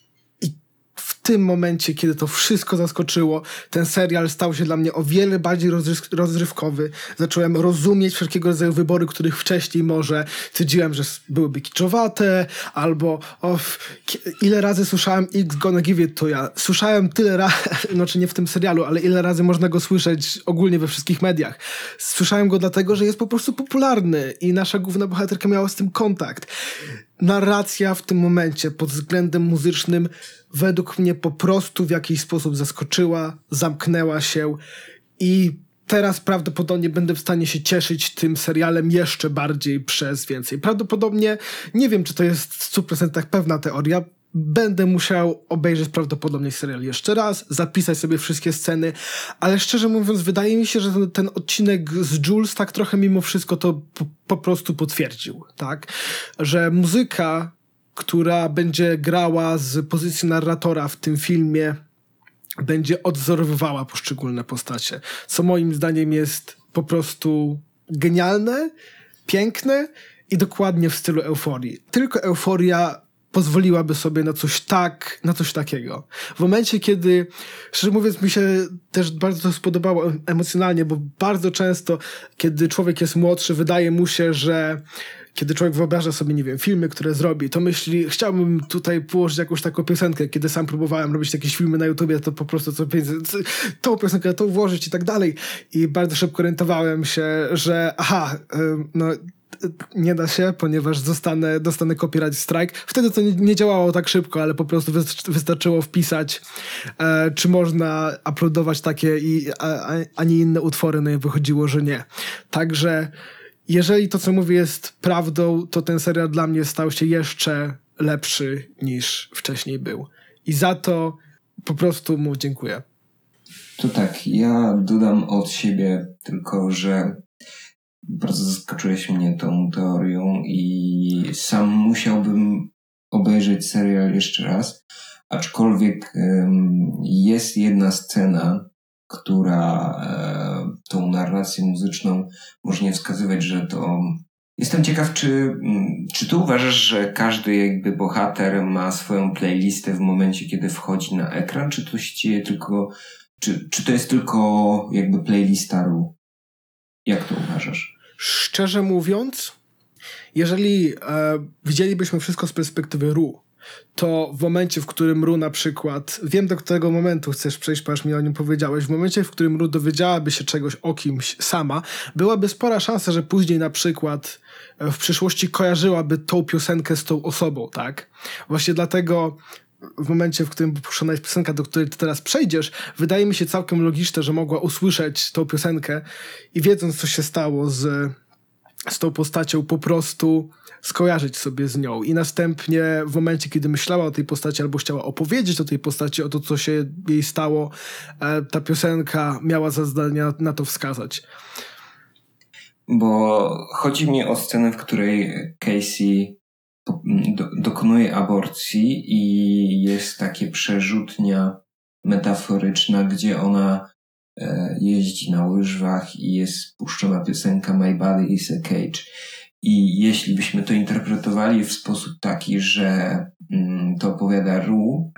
W tym momencie, kiedy to wszystko zaskoczyło, ten serial stał się dla mnie o wiele bardziej rozrywkowy. Zacząłem rozumieć wszelkiego rodzaju wybory, których wcześniej może twierdziłem, że byłyby kiczowate, albo ile razy słyszałem X Gonna Give It To Ya. Słyszałem tyle razy, znaczy nie w tym serialu, ale ile razy można go słyszeć ogólnie we wszystkich mediach. Słyszałem go dlatego, że jest po prostu popularny i nasza główna bohaterka miała z tym kontakt. Narracja w tym momencie pod względem muzycznym według mnie po prostu w jakiś sposób zaskoczyła, zamknęła się i teraz prawdopodobnie będę w stanie się cieszyć tym serialem jeszcze bardziej przez więcej. Prawdopodobnie, nie wiem, czy to jest w 100% pewna teoria, będę musiał obejrzeć prawdopodobnie serial jeszcze raz, zapisać sobie wszystkie sceny, ale szczerze mówiąc wydaje mi się, że ten odcinek z Jules tak trochę mimo wszystko to po prostu potwierdził, tak? Że muzyka, która będzie grała z pozycji narratora w tym filmie, będzie odwzorowywała poszczególne postacie, co moim zdaniem jest po prostu genialne, piękne i dokładnie w stylu Euforii. Tylko Euforia pozwoliłaby sobie na coś takiego. W momencie, kiedy, szczerze mówiąc, mi się też bardzo to spodobało emocjonalnie, bo bardzo często, kiedy człowiek jest młodszy, wydaje mu się, że kiedy człowiek wyobraża sobie, nie wiem, filmy, które zrobi, to myśli, chciałbym tutaj położyć jakąś taką piosenkę. Kiedy sam próbowałem robić jakieś filmy na YouTubie, to po prostu tą piosenkę, to włożyć i tak dalej. I bardzo szybko orientowałem się, że nie da się, ponieważ dostanę copyright strike. Wtedy to nie działało tak szybko, ale po prostu wystarczyło wpisać, czy można uploadować takie a nie inne utwory, no i wychodziło, że nie. Także jeżeli to, co mówię, jest prawdą, to ten serial dla mnie stał się jeszcze lepszy niż wcześniej był. I za to po prostu mu dziękuję. To tak, ja dodam od siebie tylko, że bardzo zaskoczyłeś mnie tą teorią i sam musiałbym obejrzeć serial jeszcze raz, aczkolwiek jest jedna scena, która tą narrację muzyczną może nie wskazywać, że to... Jestem ciekaw, czy ty uważasz, że każdy jakby bohater ma swoją playlistę w momencie, kiedy wchodzi na ekran, czy to się dzieje tylko... Czy to jest tylko jakby playlista Ru? Jak to uważasz? Szczerze mówiąc, jeżeli widzielibyśmy wszystko z perspektywy Ru, to w momencie, w którym Ru na przykład, wiem do którego momentu chcesz przejść, ponieważ mi o nim powiedziałeś, w momencie, w którym Ru dowiedziałaby się czegoś o kimś sama, byłaby spora szansa, że później na przykład w przyszłości kojarzyłaby tą piosenkę z tą osobą, tak? Właśnie dlatego w momencie, w którym puszczona jest piosenka, do której ty teraz przejdziesz, wydaje mi się całkiem logiczne, że mogła usłyszeć tą piosenkę i wiedząc, co się stało z tą postacią, po prostu skojarzyć sobie z nią. I następnie w momencie, kiedy myślała o tej postaci albo chciała opowiedzieć o tej postaci, o to, co się jej stało, ta piosenka miała za zadanie na to wskazać. Bo chodzi mi o scenę, w której Casey dokonuje aborcji i jest takie przerzutnia metaforyczna, gdzie ona jeździ na łyżwach i jest puszczona piosenka My Body is a Cage. I jeśli byśmy to interpretowali w sposób taki, że to opowiada Ru,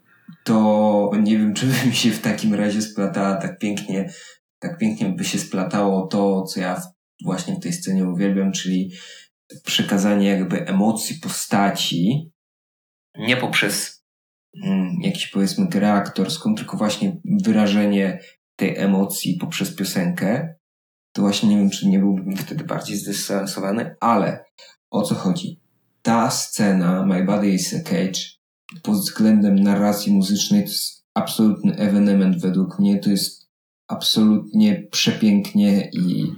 to nie wiem, czy by mi się w takim razie splatała tak pięknie by się splatało to, co ja właśnie w tej scenie uwielbiam, czyli przekazanie jakby emocji postaci nie poprzez jakiś powiedzmy grę aktorską, tylko właśnie wyrażenie tej emocji poprzez piosenkę. To właśnie nie wiem, czy nie byłbym wtedy bardziej zdystansowany, ale o co chodzi? Ta scena My Body is a Cage pod względem narracji muzycznej to jest absolutny ewenement według mnie. To jest absolutnie przepięknie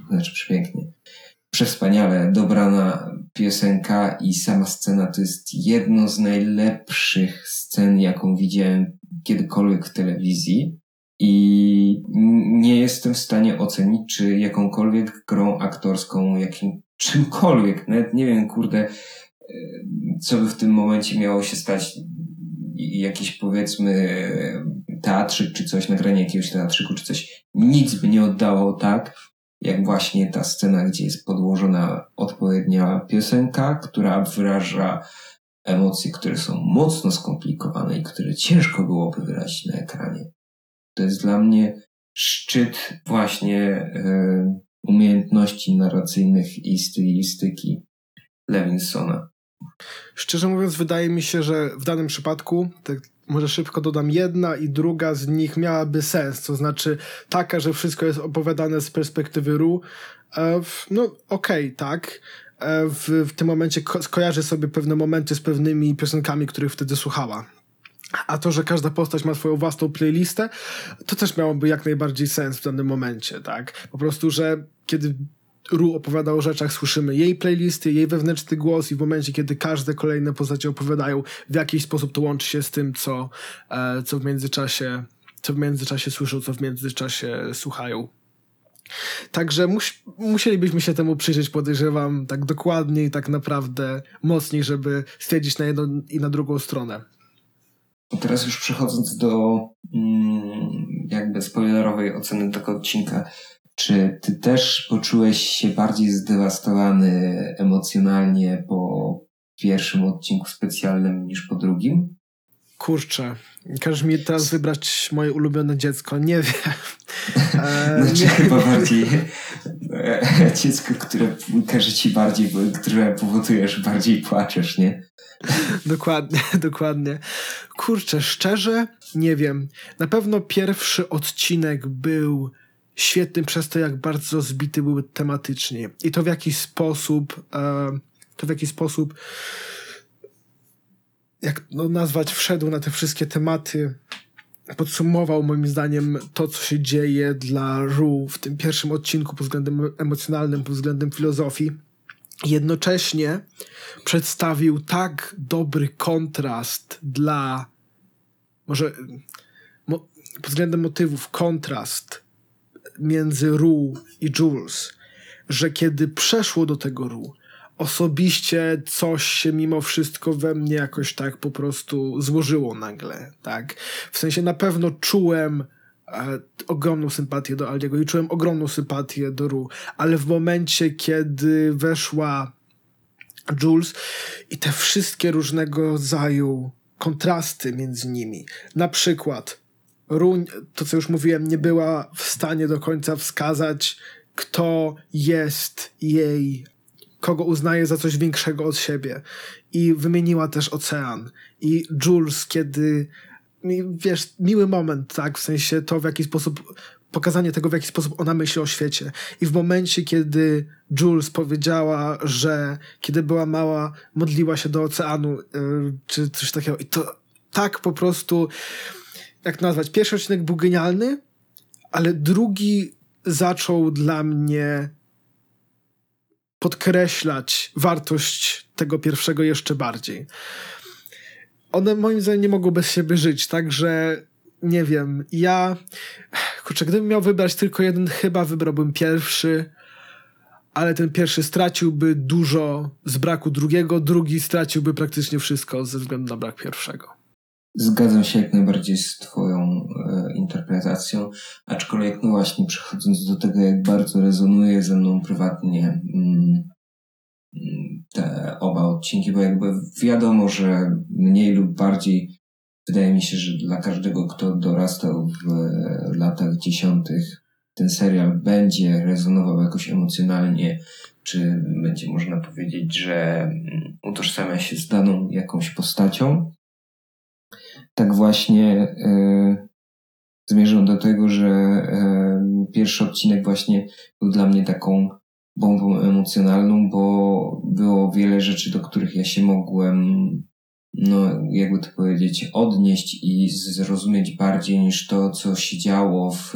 przewspaniale dobrana piosenka i sama scena to jest jedno z najlepszych scen, jaką widziałem kiedykolwiek w telewizji i nie jestem w stanie ocenić, czy jakąkolwiek grą aktorską, czymkolwiek, nawet nie wiem, co by w tym momencie miało się stać, jakiś powiedzmy teatrzyk czy coś, nagranie jakiegoś teatrzyku czy coś, nic by nie oddało tak, jak właśnie ta scena, gdzie jest podłożona odpowiednia piosenka, która wyraża emocje, które są mocno skomplikowane i które ciężko byłoby wyrazić na ekranie. To jest dla mnie szczyt właśnie umiejętności narracyjnych i stylistyki Lewinsona. Szczerze mówiąc, wydaje mi się, że w danym przypadku, tak może szybko dodam, jedna i druga z nich miałaby sens, to znaczy taka, że wszystko jest opowiadane z perspektywy Ru. No okej, tak. W tym momencie skojarzy sobie pewne momenty z pewnymi piosenkami, których wtedy słuchała. A to, że każda postać ma swoją własną playlistę, to też miałoby jak najbardziej sens w danym momencie, tak? Po prostu, że kiedy Ru opowiada o rzeczach, słyszymy jej playlisty, jej wewnętrzny głos i w momencie, kiedy każde kolejne postacie opowiadają, w jakiś sposób to łączy się z tym, co w międzyczasie słyszą, co w międzyczasie słuchają. Także musielibyśmy się temu przyjrzeć, podejrzewam, tak dokładnie i tak naprawdę mocniej, żeby stwierdzić na jedną i na drugą stronę. Teraz już przechodząc do jakby spoilerowej oceny tego odcinka, czy ty też poczułeś się bardziej zdewastowany emocjonalnie po pierwszym odcinku specjalnym niż po drugim? Kurczę, każesz mi teraz wybrać moje ulubione dziecko, nie wiem. Znaczy chyba bardziej dziecko, które każe ci bardziej, które powodujesz, bardziej płaczesz, nie? Dokładnie. Kurczę, szczerze nie wiem. Na pewno pierwszy odcinek był świetny przez to, jak bardzo zbity były tematycznie. I to w jakiś sposób jak nazwać, wszedł na te wszystkie tematy, podsumował moim zdaniem to, co się dzieje dla Ru w tym pierwszym odcinku pod względem emocjonalnym, pod względem filozofii. jednocześnie przedstawił tak dobry kontrast dla, może pod względem motywów, kontrast między Rue i Jules, że kiedy przeszło do tego Rue, osobiście coś się mimo wszystko we mnie jakoś tak po prostu złożyło nagle, tak? W sensie na pewno czułem ogromną sympatię do Aldiego i czułem ogromną sympatię do Rue, ale w momencie, kiedy weszła Jules i te wszystkie różnego rodzaju kontrasty między nimi, na przykład Rue, to co już mówiłem, nie była w stanie do końca wskazać, kto jest jej, kogo uznaje za coś większego od siebie. I wymieniła też ocean. I Jules, kiedy, wiesz, miły moment, tak, w sensie to, w jaki sposób, pokazanie tego, w jaki sposób ona myśli o świecie. I w momencie, kiedy Jules powiedziała, że kiedy była mała, modliła się do oceanu, czy coś takiego. I to tak po prostu, jak nazwać, pierwszy odcinek był genialny, ale drugi zaczął dla mnie podkreślać wartość tego pierwszego jeszcze bardziej. One moim zdaniem nie mogą bez siebie żyć, także nie wiem, gdybym miał wybrać tylko jeden, chyba wybrałbym pierwszy, ale ten pierwszy straciłby dużo z braku drugiego, drugi straciłby praktycznie wszystko ze względu na brak pierwszego. Zgadzam się jak najbardziej z twoją interpretacją, aczkolwiek no właśnie przechodząc do tego, jak bardzo rezonuje ze mną prywatnie te oba odcinki, bo jakby wiadomo, że mniej lub bardziej wydaje mi się, że dla każdego, kto dorastał w latach 10. ten serial będzie rezonował jakoś emocjonalnie, czy będzie można powiedzieć, że utożsamia się z daną jakąś postacią. Tak właśnie zmierzam do tego, że pierwszy odcinek właśnie był dla mnie taką bombą emocjonalną, bo było wiele rzeczy, do których ja się mogłem, no jakby to powiedzieć, odnieść i zrozumieć bardziej niż to, co się działo w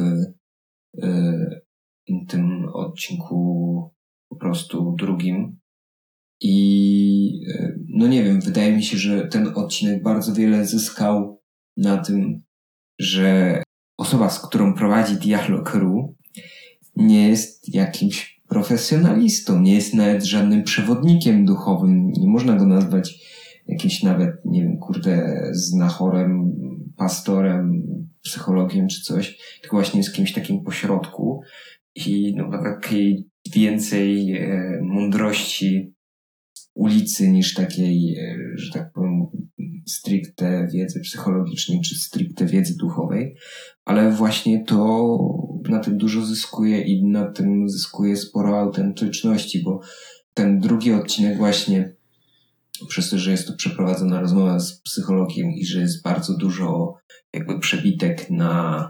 tym odcinku po prostu drugim. I no nie wiem, wydaje mi się, że ten odcinek bardzo wiele zyskał na tym, że osoba, z którą prowadzi dialog Rue, nie jest jakimś profesjonalistą, nie jest nawet żadnym przewodnikiem duchowym, nie można go nazwać jakimś nawet, nie wiem, znachorem, pastorem, psychologiem czy coś, tylko właśnie jest kimś takim pośrodku i no takiej więcej mądrości ulicy niż takiej, że tak powiem, stricte wiedzy psychologicznej czy stricte wiedzy duchowej, ale właśnie to na tym dużo zyskuje i na tym zyskuje sporo autentyczności, bo ten drugi odcinek właśnie przez to, że jest to przeprowadzona rozmowa z psychologiem i że jest bardzo dużo jakby przebitek na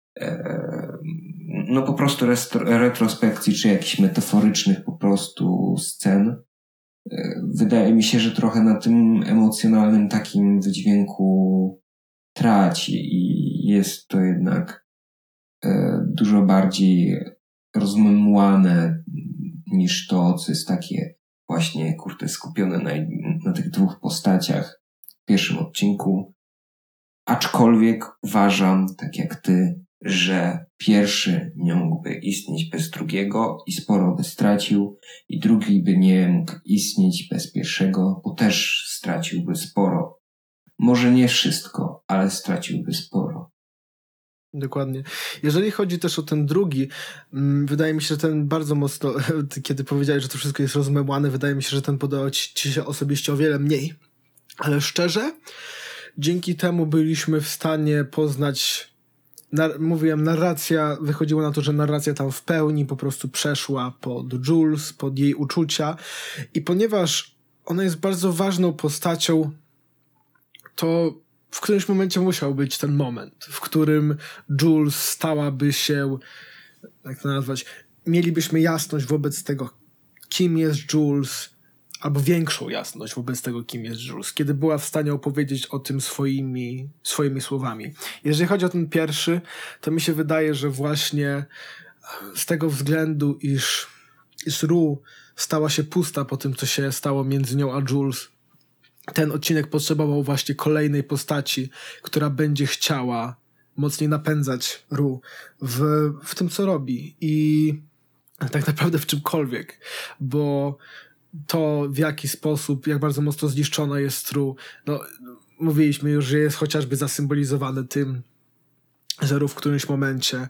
no po prostu retrospekcji czy jakichś metaforycznych po prostu scen. Wydaje mi się, że trochę na tym emocjonalnym takim wydźwięku traci i jest to jednak dużo bardziej rozmemłane niż to, co jest takie właśnie skupione na tych dwóch postaciach w pierwszym odcinku. Aczkolwiek uważam, tak jak ty, że pierwszy nie mógłby istnieć bez drugiego i sporo by stracił, i drugi by nie mógł istnieć bez pierwszego, bo też straciłby sporo. Może nie wszystko, ale straciłby sporo. Dokładnie. Jeżeli chodzi też o ten drugi, wydaje mi się, że ten bardzo mocno, kiedy powiedziałeś, że to wszystko jest rozmemłane, wydaje mi się, że ten podobał ci się osobiście o wiele mniej. Ale szczerze, dzięki temu byliśmy w stanie poznać, mówiłem, narracja, wychodziło na to, że narracja tam w pełni po prostu przeszła pod Jules, pod jej uczucia i ponieważ ona jest bardzo ważną postacią, to w którymś momencie musiał być ten moment, w którym Jules stałaby się, jak to nazwać, mielibyśmy jasność wobec tego, kim jest Jules, albo większą jasność wobec tego, kim jest Jules, kiedy była w stanie opowiedzieć o tym swoimi słowami. Jeżeli chodzi o ten pierwszy, to mi się wydaje, że właśnie z tego względu, iż Rue stała się pusta po tym, co się stało między nią a Jules. Ten odcinek potrzebował właśnie kolejnej postaci, która będzie chciała mocniej napędzać Rue w tym, co robi. I tak naprawdę w czymkolwiek. Bo to, w jaki sposób, jak bardzo mocno zniszczona jest Rue, no, mówiliśmy już, że jest chociażby zasymbolizowane tym, że Rue w którymś momencie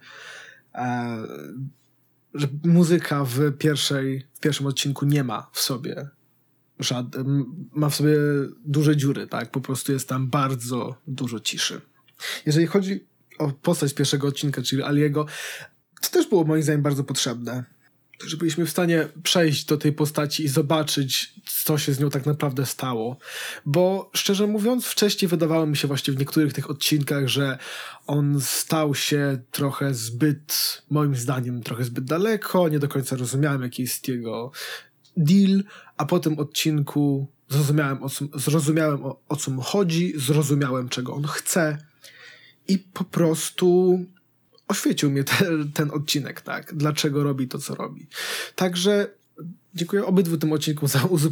że muzyka w pierwszym odcinku nie ma w sobie ma w sobie duże dziury, tak? Po prostu jest tam bardzo dużo ciszy. Jeżeli chodzi o postać pierwszego odcinka, czyli Aliego, to też było moim zdaniem bardzo potrzebne. Że byliśmy w stanie przejść do tej postaci i zobaczyć, co się z nią tak naprawdę stało. Bo szczerze mówiąc, wcześniej wydawało mi się właśnie w niektórych tych odcinkach, że on stał się trochę zbyt, moim zdaniem, trochę zbyt daleko, nie do końca rozumiałem, jaki jest jego deal, a po tym odcinku zrozumiałem o co mu chodzi, zrozumiałem, czego on chce i po prostu oświecił mnie ten odcinek, tak? Dlaczego robi to, co robi. Także dziękuję obydwu tym odcinkom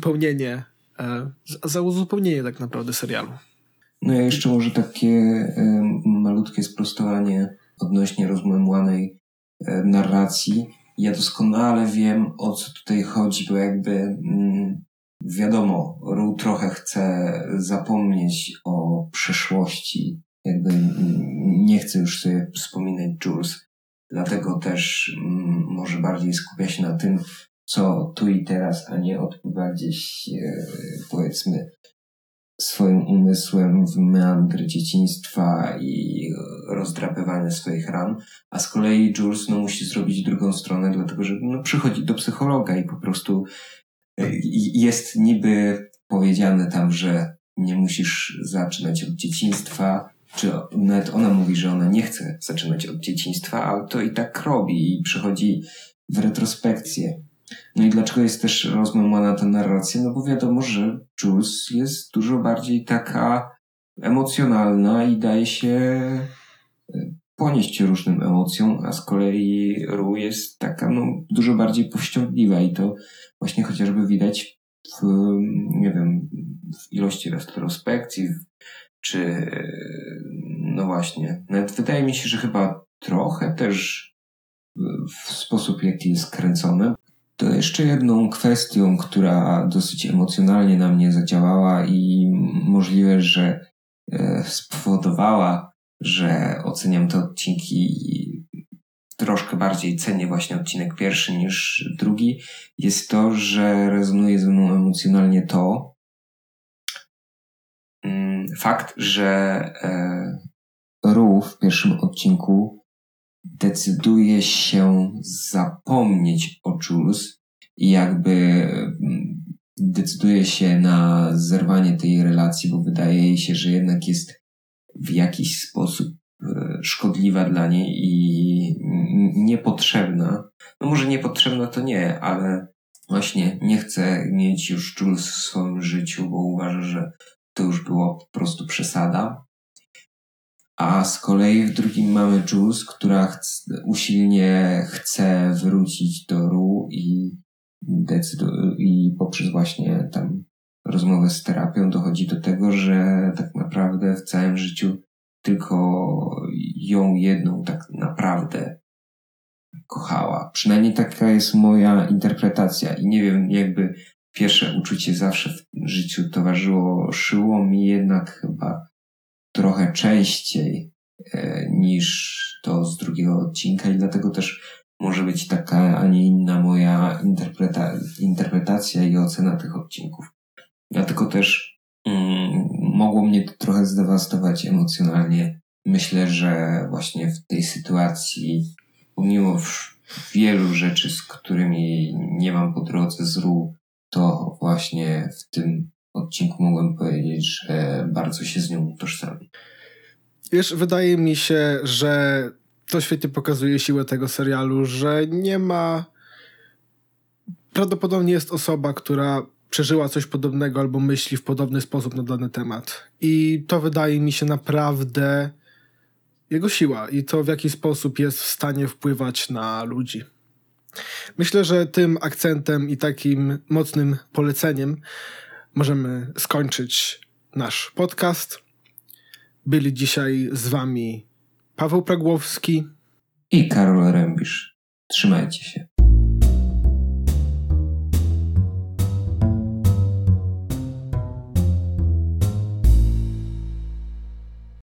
za uzupełnienie tak naprawdę serialu. No ja jeszcze może takie malutkie sprostowanie odnośnie rozmemłanej narracji. Ja doskonale wiem, o co tutaj chodzi, bo jakby wiadomo, Rue trochę chce zapomnieć o przeszłości, jakby nie chce już sobie wspominać Jules, dlatego też może bardziej skupia się na tym, co tu i teraz, a nie odpływa gdzieś, powiedzmy, swoim umysłem w meandry dzieciństwa i rozdrapywania swoich ran, a z kolei Jules musi zrobić drugą stronę, dlatego że przychodzi do psychologa i po prostu jest niby powiedziane tam, że nie musisz zaczynać od dzieciństwa, czy nawet ona mówi, że ona nie chce zaczynać od dzieciństwa, ale to i tak robi i przychodzi w retrospekcję. No i dlaczego jest też rozmemłana ta narracja? No bo wiadomo, że Jules jest dużo bardziej taka emocjonalna i daje się ponieść różnym emocjom, a z kolei Rue jest taka dużo bardziej powściągliwa i to właśnie chociażby widać w, nie wiem, w ilości retrospekcji, czy no właśnie, nawet wydaje mi się, że chyba trochę też w sposób, jaki jest kręcone. To jeszcze jedną kwestią, która dosyć emocjonalnie na mnie zadziałała i możliwe, że spowodowała, że oceniam te odcinki troszkę bardziej, cenię właśnie odcinek pierwszy niż drugi, jest to, że rezonuje ze mną emocjonalnie fakt, że Rue w pierwszym odcinku decyduje się zapomnieć o Jules i jakby decyduje się na zerwanie tej relacji, bo wydaje jej się, że jednak jest w jakiś sposób szkodliwa dla niej i niepotrzebna. No może niepotrzebna to nie, ale właśnie nie chce mieć już Jules w swoim życiu, bo uważa, że to już było po prostu przesada. A z kolei w drugim mamy Jules, która usilnie chce wrócić do Rue i poprzez właśnie tam rozmowę z terapią dochodzi do tego, że tak naprawdę w całym życiu tylko ją jedną tak naprawdę kochała. Przynajmniej taka jest moja interpretacja i nie wiem, jakby pierwsze uczucie zawsze w życiu towarzyszyło mi jednak chyba trochę częściej niż to z drugiego odcinka i dlatego też może być taka, a nie inna moja interpretacja i ocena tych odcinków. Dlatego też mogło mnie to trochę zdewastować emocjonalnie. Myślę, że właśnie w tej sytuacji, pomimo wielu rzeczy, z którymi nie mam po drodze z Rue, to właśnie w tym odcinku mogłem powiedzieć, że bardzo się z nią utożsamiam. Wiesz, wydaje mi się, że to świetnie pokazuje siłę tego serialu, że nie ma... Prawdopodobnie jest osoba, która przeżyła coś podobnego albo myśli w podobny sposób na dany temat. I to wydaje mi się naprawdę jego siła i to, w jaki sposób jest w stanie wpływać na ludzi. Myślę, że tym akcentem i takim mocnym poleceniem możemy skończyć nasz podcast. Byli dzisiaj z wami Paweł Pragłowski i Karol Rębisz. Trzymajcie się.